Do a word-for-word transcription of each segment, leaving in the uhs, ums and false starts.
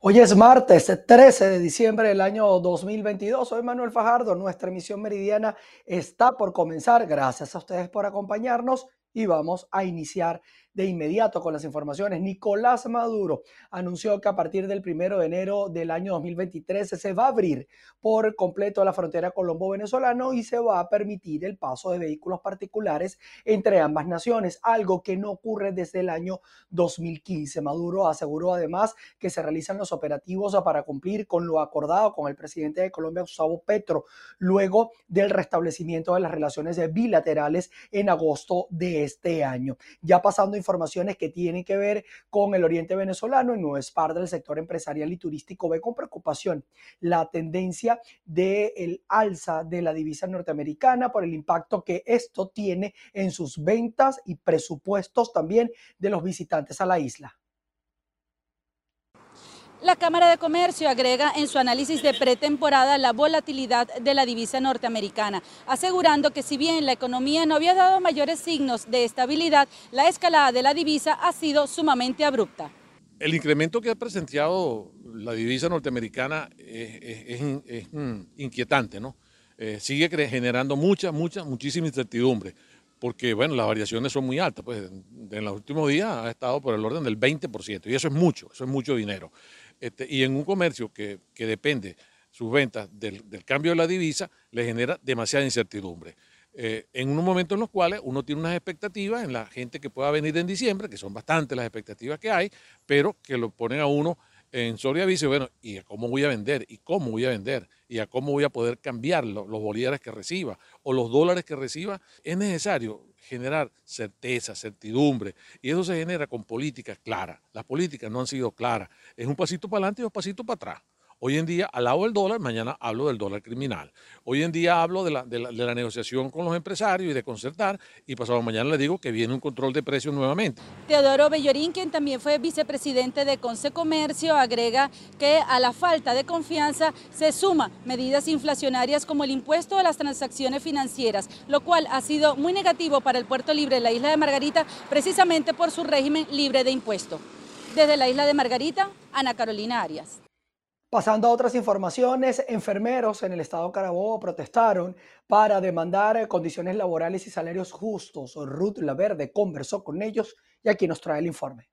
Hoy es martes trece de diciembre del año dos mil veintidós. Soy Manuel Fajardo. Nuestra emisión meridiana está por comenzar. Gracias a ustedes por acompañarnos y vamos a iniciar de inmediato con las informaciones. Nicolás Maduro anunció que a partir del primero de enero del año dos mil veintitrés se va a abrir por completo la frontera colombo-venezolano y se va a permitir el paso de vehículos particulares entre ambas naciones, algo que no ocurre desde el año dos mil quince. Maduro aseguró además que se realizan los operativos para cumplir con lo acordado con el presidente de Colombia, Gustavo Petro, luego del restablecimiento de las relaciones bilaterales en agosto de este año. Ya pasando informaciones que tienen que ver con el oriente venezolano, en Nueva Esparta del sector empresarial y turístico ve con preocupación la tendencia del alza de la divisa norteamericana por el impacto que esto tiene en sus ventas y presupuestos también de los visitantes a la isla. La Cámara de Comercio agrega en su análisis de pretemporada la volatilidad de la divisa norteamericana, asegurando que si bien la economía no había dado mayores signos de estabilidad, la escalada de la divisa ha sido sumamente abrupta. El incremento que ha presenciado la divisa norteamericana es, es, es, es inquietante, ¿no? Eh, sigue generando mucha, mucha, muchísima incertidumbre, porque bueno, las variaciones son muy altas, pues en los últimos días ha estado por el orden del veinte por ciento, y eso es mucho, eso es mucho dinero. Este, y en un comercio que, que depende sus ventas del, del cambio de la divisa, le genera demasiada incertidumbre. Eh, en unos momentos en los cuales uno tiene unas expectativas en la gente que pueda venir en diciembre, que son bastantes las expectativas que hay, pero que lo ponen a uno en sobreaviso, bueno, ¿y a cómo voy a vender? ¿Y cómo voy a vender? ¿Y a cómo voy a poder cambiar los, los bolívares que reciba o los dólares que reciba? Es necesario generar certeza, certidumbre, y eso se genera con políticas claras. Las políticas no han sido claras. Es un pasito para adelante y dos pasitos para atrás. Hoy en día alabo el dólar, mañana hablo del dólar criminal. Hoy en día hablo de la, de, la, de la negociación con los empresarios y de concertar, y pasado mañana les digo que viene un control de precios nuevamente. Teodoro Bellorín, quien también fue vicepresidente de Concecomercio, agrega que a la falta de confianza se suma medidas inflacionarias como el impuesto a las transacciones financieras, lo cual ha sido muy negativo para el Puerto Libre de la isla de Margarita, precisamente por su régimen libre de impuesto. Desde la isla de Margarita, Ana Carolina Arias. Pasando a otras informaciones, enfermeros en el estado Carabobo protestaron para demandar condiciones laborales y salarios justos. Ruth Laverde conversó con ellos y aquí nos trae el informe.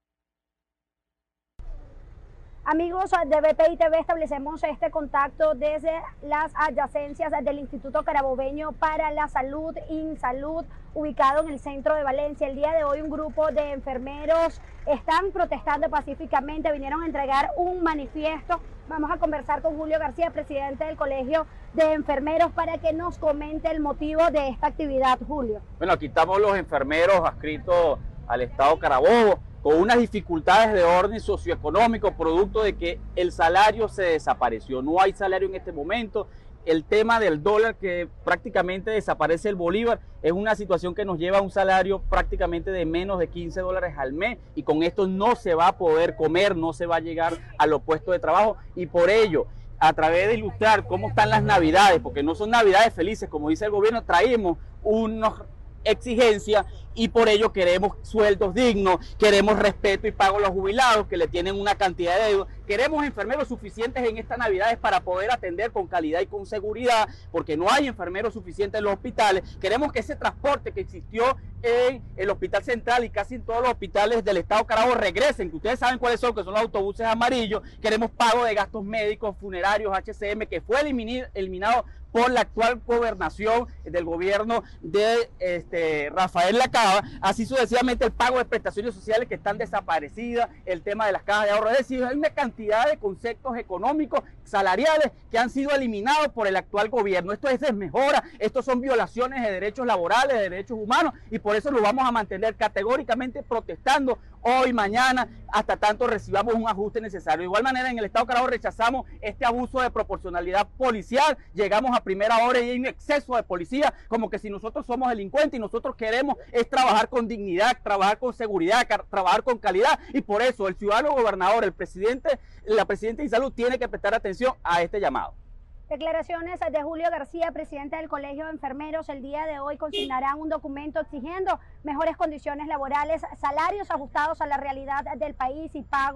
Amigos de B P I T V, establecemos este contacto desde las adyacencias del Instituto Carabobeño para la Salud, INSalud, ubicado en el centro de Valencia. El día de hoy un grupo de enfermeros están protestando pacíficamente, vinieron a entregar un manifiesto. Vamos a conversar con Julio García, presidente del Colegio de Enfermeros, para que nos comente el motivo de esta actividad. Julio. Bueno, aquí estamos los enfermeros adscritos al estado Carabobo, con unas dificultades de orden socioeconómico, producto de que el salario se desapareció. No hay salario en este momento. El tema del dólar, que prácticamente desaparece el bolívar, es una situación que nos lleva a un salario prácticamente de menos de quince dólares al mes, y con esto no se va a poder comer, no se va a llegar a los puestos de trabajo, y por ello, a través de ilustrar cómo están las navidades, porque no son navidades felices, como dice el gobierno, traímos unos exigencia, y por ello queremos sueldos dignos, queremos respeto y pago a los jubilados que le tienen una cantidad de deuda, queremos enfermeros suficientes en estas navidades para poder atender con calidad y con seguridad, porque no hay enfermeros suficientes en los hospitales. Queremos que ese transporte que existió en el Hospital Central y casi en todos los hospitales del estado Carabobo regresen, que ustedes saben cuáles son, que son los autobuses amarillos. Queremos pago de gastos médicos, funerarios, H C M, que fue eliminado por la actual gobernación del gobierno de este, Rafael Lacaba, así sucesivamente el pago de prestaciones sociales que están desaparecidas, el tema de las cajas de ahorro. Es decir, hay una cantidad de conceptos económicos, salariales, que han sido eliminados por el actual gobierno. Esto es desmejora, esto son violaciones de derechos laborales, de derechos humanos, y por eso lo vamos a mantener categóricamente protestando hoy, mañana, hasta tanto recibamos un ajuste necesario. De igual manera, en el estado Carabobo rechazamos este abuso de proporcionalidad policial. Llegamos a primera hora y hay un exceso de policía, como que si nosotros somos delincuentes, y nosotros queremos es trabajar con dignidad, trabajar con seguridad, trabajar con calidad, y por eso el ciudadano gobernador, el presidente, la presidenta de INSalud tiene que prestar atención a este llamado. Declaraciones de Julio García, presidente del Colegio de Enfermeros. El día de hoy consignarán un documento exigiendo mejores condiciones laborales, salarios ajustados a la realidad del país y pago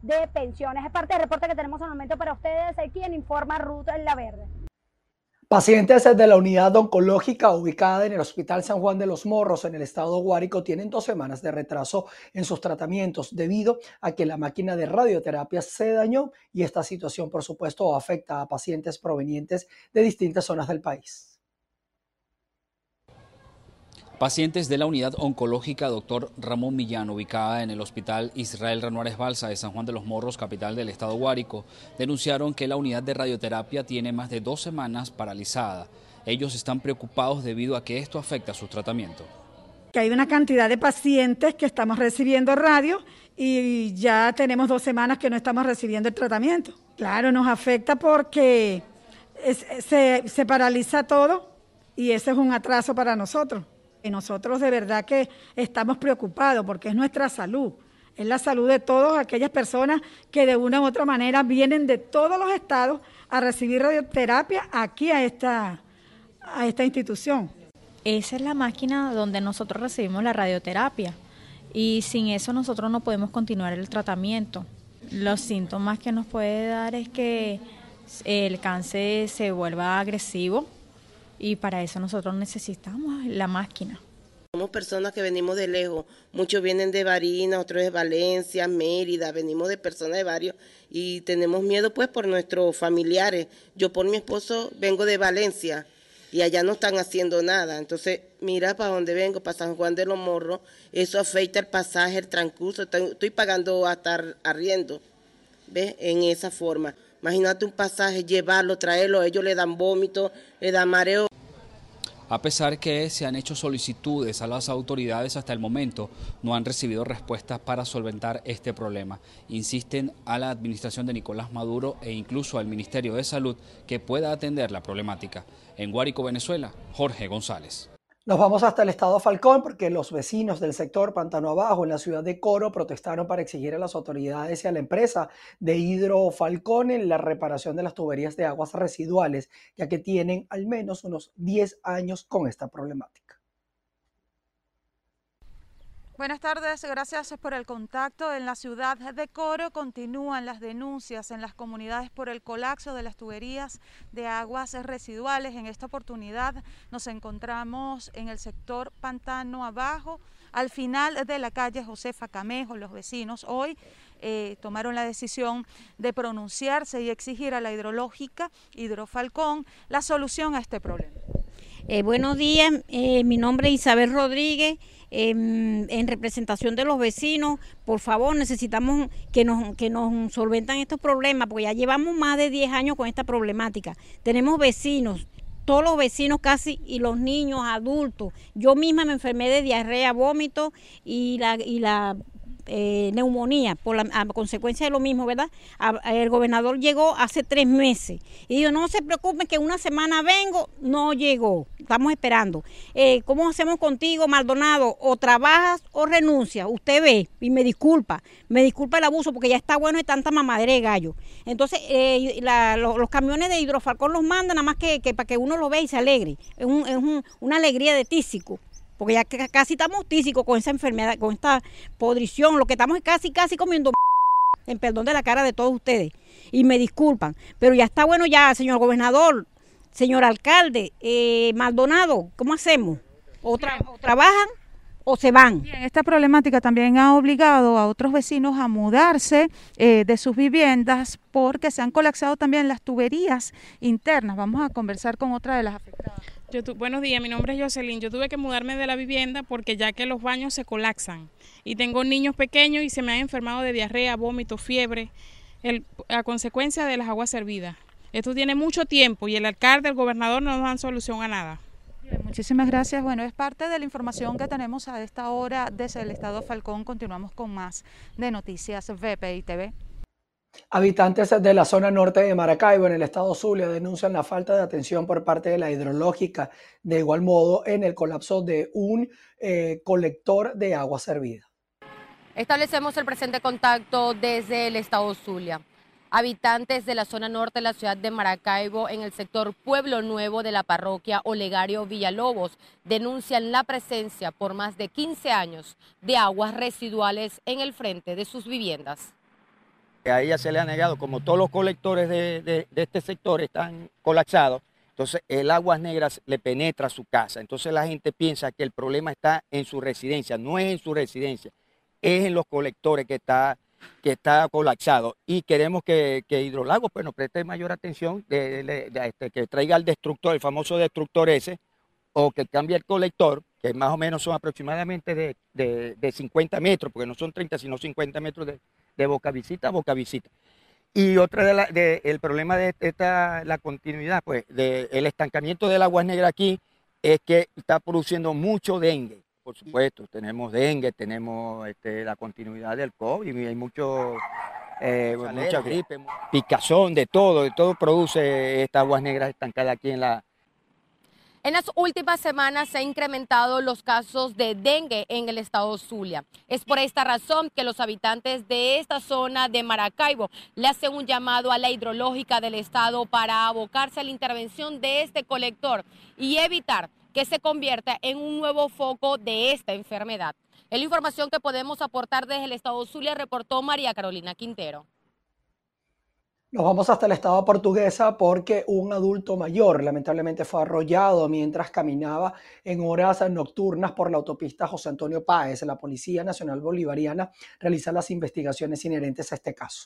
de pensiones. Es parte del reporte que tenemos al momento para ustedes. Quien informa, Ruth La Verde. Pacientes de la unidad oncológica ubicada en el Hospital San Juan de los Morros en el estado Guárico tienen dos semanas de retraso en sus tratamientos debido a que la máquina de radioterapia se dañó, y esta situación, por supuesto, afecta a pacientes provenientes de distintas zonas del país. Pacientes de la unidad oncológica doctor Ramón Millán, ubicada en el Hospital Israel Renuares Balsa de San Juan de los Morros, capital del estado Guárico, denunciaron que la unidad de radioterapia tiene más de dos semanas paralizada. Ellos están preocupados debido a que esto afecta sus tratamientos. Que hay una cantidad de pacientes que estamos recibiendo radio y ya tenemos dos semanas que no estamos recibiendo el tratamiento. Claro, nos afecta porque es, se, se paraliza todo y ese es un atraso para nosotros. Y nosotros de verdad que estamos preocupados porque es nuestra salud, es la salud de todas aquellas personas que de una u otra manera vienen de todos los estados a recibir radioterapia aquí a esta, a esta institución. Esa es la máquina donde nosotros recibimos la radioterapia y sin eso nosotros no podemos continuar el tratamiento. Los síntomas que nos puede dar es que el cáncer se vuelva agresivo, y para eso nosotros necesitamos la máquina. Somos personas que venimos de lejos, muchos vienen de Barinas, otros de Valencia, Mérida, venimos de personas de varios y tenemos miedo pues por nuestros familiares. Yo por mi esposo vengo de Valencia y allá no están haciendo nada, entonces mira para dónde vengo, para San Juan de los Morros, eso afecta el pasaje, el transcurso, estoy pagando hasta arriendo, ¿ves? En esa forma. Imagínate un pasaje, llevarlo, traerlo, ellos le dan vómito, le dan mareo. A pesar que se han hecho solicitudes a las autoridades, hasta el momento no han recibido respuestas para solventar este problema. Insisten a la administración de Nicolás Maduro e incluso al Ministerio de Salud que pueda atender la problemática. En Guárico, Venezuela, Jorge González. Nos vamos hasta el estado Falcón porque los vecinos del sector Pantano Abajo en la ciudad de Coro protestaron para exigir a las autoridades y a la empresa de Hidrofalcón en la reparación de las tuberías de aguas residuales, ya que tienen al menos unos diez años con esta problemática. Buenas tardes, gracias por el contacto. En la ciudad de Coro continúan las denuncias en las comunidades por el colapso de las tuberías de aguas residuales. En esta oportunidad nos encontramos en el sector Pantano Abajo, al final de la calle Josefa Camejo. Los vecinos hoy eh, tomaron la decisión de pronunciarse y exigir a la hidrológica Hidrofalcón la solución a este problema. Eh, buenos días, eh, mi nombre es Isabel Rodríguez. En, en representación de los vecinos, por favor, necesitamos que nos, que nos solventan estos problemas, porque ya llevamos más de diez años con esta problemática. Tenemos vecinos, todos los vecinos casi, y los niños, adultos. Yo misma me enfermé de diarrea, vómito y la, y la eh, neumonía, por la, a consecuencia de lo mismo, ¿verdad? A, a, el gobernador llegó hace tres meses y dijo, no se preocupen que una semana vengo, no llegó, estamos esperando. Eh, ¿Cómo hacemos contigo, Maldonado? O trabajas o renuncias, usted ve, y me disculpa, me disculpa el abuso porque ya está bueno de tanta mamadera de gallo. Entonces, eh, la, los, los camiones de Hidrofalcón los mandan nada más que, que para que uno lo vea y se alegre, es, un, es un, una alegría de tísico. Porque ya casi estamos tísicos con esa enfermedad, con esta podrición, lo que estamos es casi, casi comiendo en perdón de la cara de todos ustedes. Y me disculpan, pero ya está bueno ya, señor gobernador, señor alcalde, eh, Maldonado, ¿cómo hacemos? O, tra o trabajan o se van. Bien, esta problemática también ha obligado a otros vecinos a mudarse eh, de sus viviendas porque se han colapsado también las tuberías internas. Vamos a conversar con otra de las afectadas. Yo tu, buenos días, mi nombre es Jocelyn. Yo tuve que mudarme de la vivienda porque ya que los baños se colapsan y tengo niños pequeños y se me han enfermado de diarrea, vómito, fiebre, el, a consecuencia de las aguas servidas. Esto tiene mucho tiempo y el alcalde, el gobernador no nos dan solución a nada. Bien, muchísimas gracias. Bueno, es parte de la información que tenemos a esta hora desde el estado Falcón. Continuamos con más de Noticias V P I T V. Habitantes de la zona norte de Maracaibo, en el estado Zulia, denuncian la falta de atención por parte de la hidrológica, de igual modo en el colapso de un eh, colector de agua servida. Establecemos el presente contacto desde el estado Zulia. Habitantes de la zona norte de la ciudad de Maracaibo, en el sector Pueblo Nuevo de la parroquia Olegario Villalobos, denuncian la presencia por más de quince años de aguas residuales en el frente de sus viviendas. A ella se le ha negado, como todos los colectores de, de, de este sector están colapsados, entonces el Aguas Negras le penetra a su casa. Entonces la gente piensa que el problema está en su residencia, no es en su residencia, es en los colectores que está, que está colapsado. Y queremos que, que Hidrolagos pues, nos preste mayor atención, de, de, de, de, que traiga el destructor, el famoso destructor ese, o que cambie el colector, que más o menos son aproximadamente de, de, de cincuenta metros, porque no son treinta, sino cincuenta metros de, de boca visita a boca visita. Y otra de la, de, el problema de esta, la continuidad, pues, del estancamiento del Aguas Negras aquí, es que está produciendo mucho dengue. Por supuesto, tenemos dengue, tenemos este, la continuidad del COVID, y hay mucho, eh, mucha gripe, picazón, de todo, de todo produce estas Aguas Negras estancadas aquí en la... En las últimas semanas se han incrementado los casos de dengue en el estado Zulia. Es por esta razón que los habitantes de esta zona de Maracaibo le hacen un llamado a la hidrológica del estado para abocarse a la intervención de este colector y evitar que se convierta en un nuevo foco de esta enfermedad. Es la información que podemos aportar desde el estado Zulia, reportó María Carolina Quintero. Nos vamos hasta el estado Portuguesa porque un adulto mayor lamentablemente fue arrollado mientras caminaba en horas nocturnas por la autopista José Antonio Páez. La Policía Nacional Bolivariana realiza las investigaciones inherentes a este caso.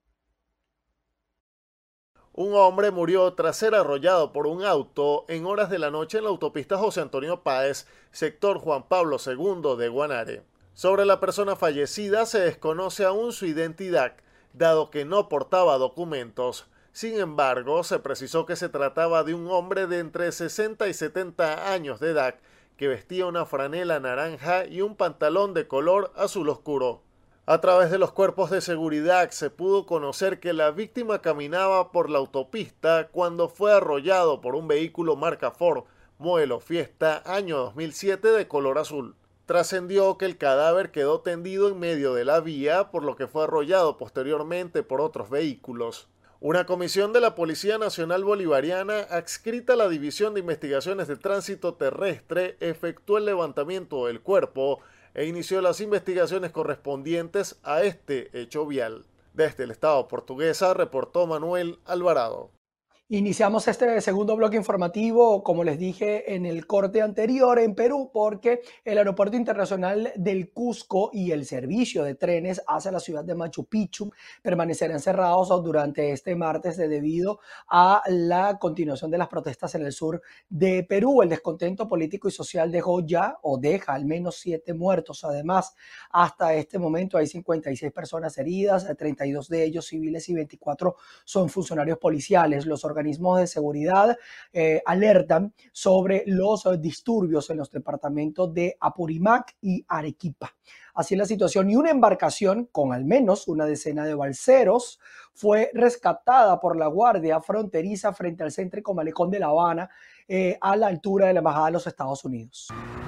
Un hombre murió tras ser arrollado por un auto en horas de la noche en la autopista José Antonio Páez, sector Juan Pablo segundo de Guanare. Sobre la persona fallecida se desconoce aún su identidad, dado que no portaba documentos. Sin embargo, se precisó que se trataba de un hombre de entre sesenta y setenta años de edad, que vestía una franela naranja y un pantalón de color azul oscuro. A través de los cuerpos de seguridad se pudo conocer que la víctima caminaba por la autopista cuando fue arrollado por un vehículo marca Ford, modelo Fiesta, año dos mil siete, de color azul. Trascendió que el cadáver quedó tendido en medio de la vía, por lo que fue arrollado posteriormente por otros vehículos. Una comisión de la Policía Nacional Bolivariana, adscrita a la División de Investigaciones de Tránsito Terrestre, efectuó el levantamiento del cuerpo e inició las investigaciones correspondientes a este hecho vial. Desde el estado Portuguesa, reportó Manuel Alvarado. Iniciamos este segundo bloque informativo, como les dije en el corte anterior, en Perú, porque el Aeropuerto Internacional del Cusco y el servicio de trenes hacia la ciudad de Machu Picchu permanecerán cerrados durante este martes debido a la continuación de las protestas en el sur de Perú. El descontento político y social dejó ya o deja al menos siete muertos. Además, hasta este momento hay cincuenta y seis personas heridas, treinta y dos de ellos civiles y veinticuatro son funcionarios policiales. Los organismos de seguridad eh, alertan sobre los eh, disturbios en los departamentos de Apurímac y Arequipa. Así es la situación, y una embarcación con al menos una decena de balseros fue rescatada por la Guardia Fronteriza frente al céntrico malecón de La Habana, eh, a la altura de la Embajada de los Estados Unidos.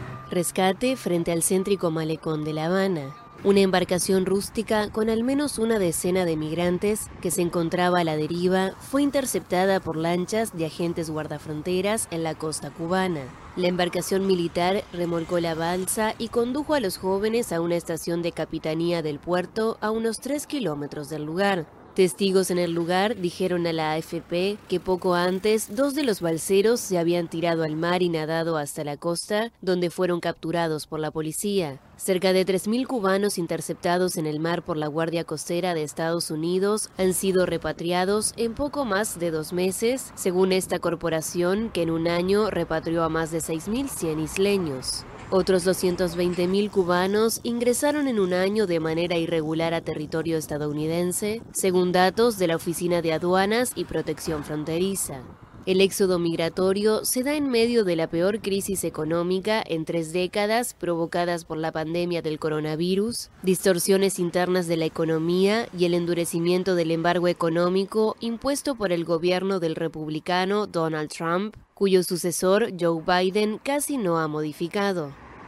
Rescate frente al céntrico malecón de La Habana. Una embarcación rústica con al menos una decena de migrantes que se encontraba a la deriva fue interceptada por lanchas de agentes guardafronteras en la costa cubana. La embarcación militar remolcó la balsa y condujo a los jóvenes a una estación de capitanía del puerto a unos tres kilómetros del lugar. Testigos en el lugar dijeron a la A F P que poco antes dos de los balseros se habían tirado al mar y nadado hasta la costa, donde fueron capturados por la policía. Cerca de tres mil cubanos interceptados en el mar por la Guardia Costera de Estados Unidos han sido repatriados en poco más de dos meses, según esta corporación, que en un año repatrió a más de seis mil cien isleños. Otros doscientos veinte mil cubanos ingresaron en un año de manera irregular a territorio estadounidense, según datos de la Oficina de Aduanas y Protección Fronteriza. El éxodo migratorio se da en medio de la peor crisis económica en tres décadas provocadas por la pandemia del coronavirus, distorsiones internas de la economía y el endurecimiento del embargo económico impuesto por el gobierno del republicano Donald Trump, cuyo sucesor Joe Biden casi no ha modificado.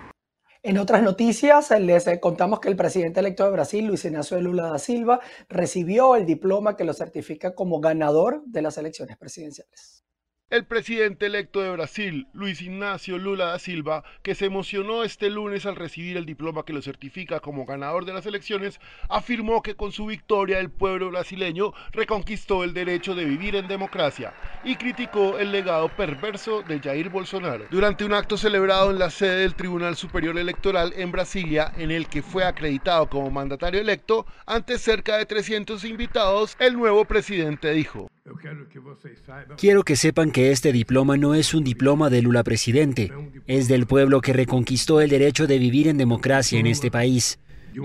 En otras noticias, les contamos que el presidente electo de Brasil, Luis Inácio Lula da Silva, recibió el diploma que lo certifica como ganador de las elecciones presidenciales. El presidente electo de Brasil, Luis Ignacio Lula da Silva, que se emocionó este lunes al recibir el diploma que lo certifica como ganador de las elecciones, afirmó que con su victoria el pueblo brasileño reconquistó el derecho de vivir en democracia y criticó el legado perverso de Jair Bolsonaro. Durante un acto celebrado en la sede del Tribunal Superior Electoral en Brasilia, en el que fue acreditado como mandatario electo, ante cerca de trescientos invitados, el nuevo presidente dijo: Quiero que sepan que este diploma no es un diploma de Lula presidente, es del pueblo que reconquistó el derecho de vivir en democracia en este país.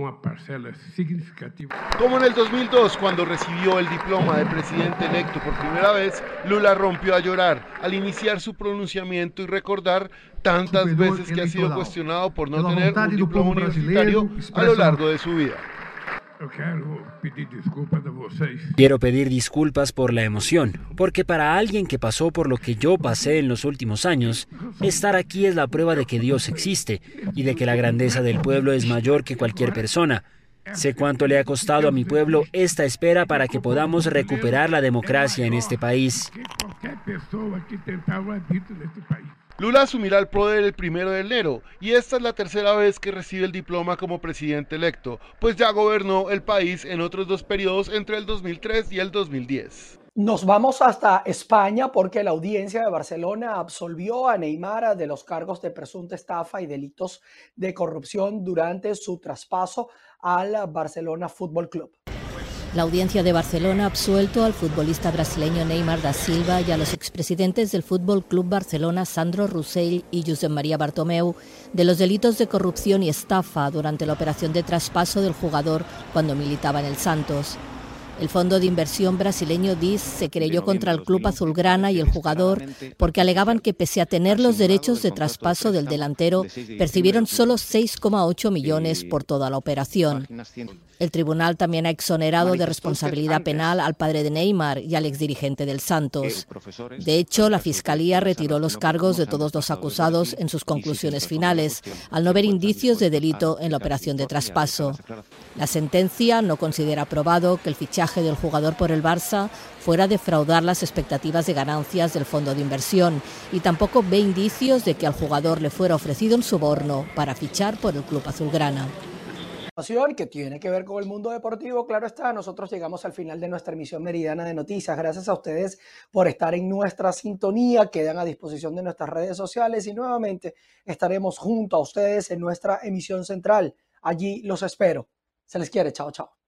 Como en el dos mil dos, cuando recibió el diploma de presidente electo por primera vez, Lula rompió a llorar al iniciar su pronunciamiento y recordar tantas veces que ha sido cuestionado por no tener un diploma universitario a lo largo de su vida. Quiero pedir disculpas por la emoción, porque para alguien que pasó por lo que yo pasé en los últimos años, estar aquí es la prueba de que Dios existe y de que la grandeza del pueblo es mayor que cualquier persona. Sé cuánto le ha costado a mi pueblo esta espera para que podamos recuperar la democracia en este país. Lula asumirá el poder el primero de enero y esta es la tercera vez que recibe el diploma como presidente electo, pues ya gobernó el país en otros dos periodos entre el dos mil tres y el dos mil diez. Nos vamos hasta España porque la audiencia de Barcelona absolvió a Neymar de los cargos de presunta estafa y delitos de corrupción durante su traspaso al Barcelona Fútbol Club. La audiencia de Barcelona ha absuelto al futbolista brasileño Neymar da Silva y a los expresidentes del Fútbol Club Barcelona, Sandro Rosell y Josep María Bartomeu, de los delitos de corrupción y estafa durante la operación de traspaso del jugador cuando militaba en el Santos. El fondo de inversión brasileño D I S se querelló contra el club azulgrana y el jugador porque alegaban que pese a tener los derechos de traspaso del delantero, percibieron solo seis coma ocho millones por toda la operación. El tribunal también ha exonerado de responsabilidad penal al padre de Neymar y al exdirigente del Santos. De hecho, la Fiscalía retiró los cargos de todos los acusados en sus conclusiones finales, al no ver indicios de delito en la operación de traspaso. La sentencia no considera probado que el fichaje del jugador por el Barça fuera a defraudar las expectativas de ganancias del fondo de inversión y tampoco ve indicios de que al jugador le fuera ofrecido un soborno para fichar por el club azulgrana. Que tiene que ver con el mundo deportivo, claro está. Nosotros llegamos al final de nuestra emisión meridiana de noticias. Gracias a ustedes por estar en nuestra sintonía. Quedan a disposición de nuestras redes sociales y nuevamente estaremos junto a ustedes en nuestra emisión central. Allí los espero. Se les quiere. Chao, chao.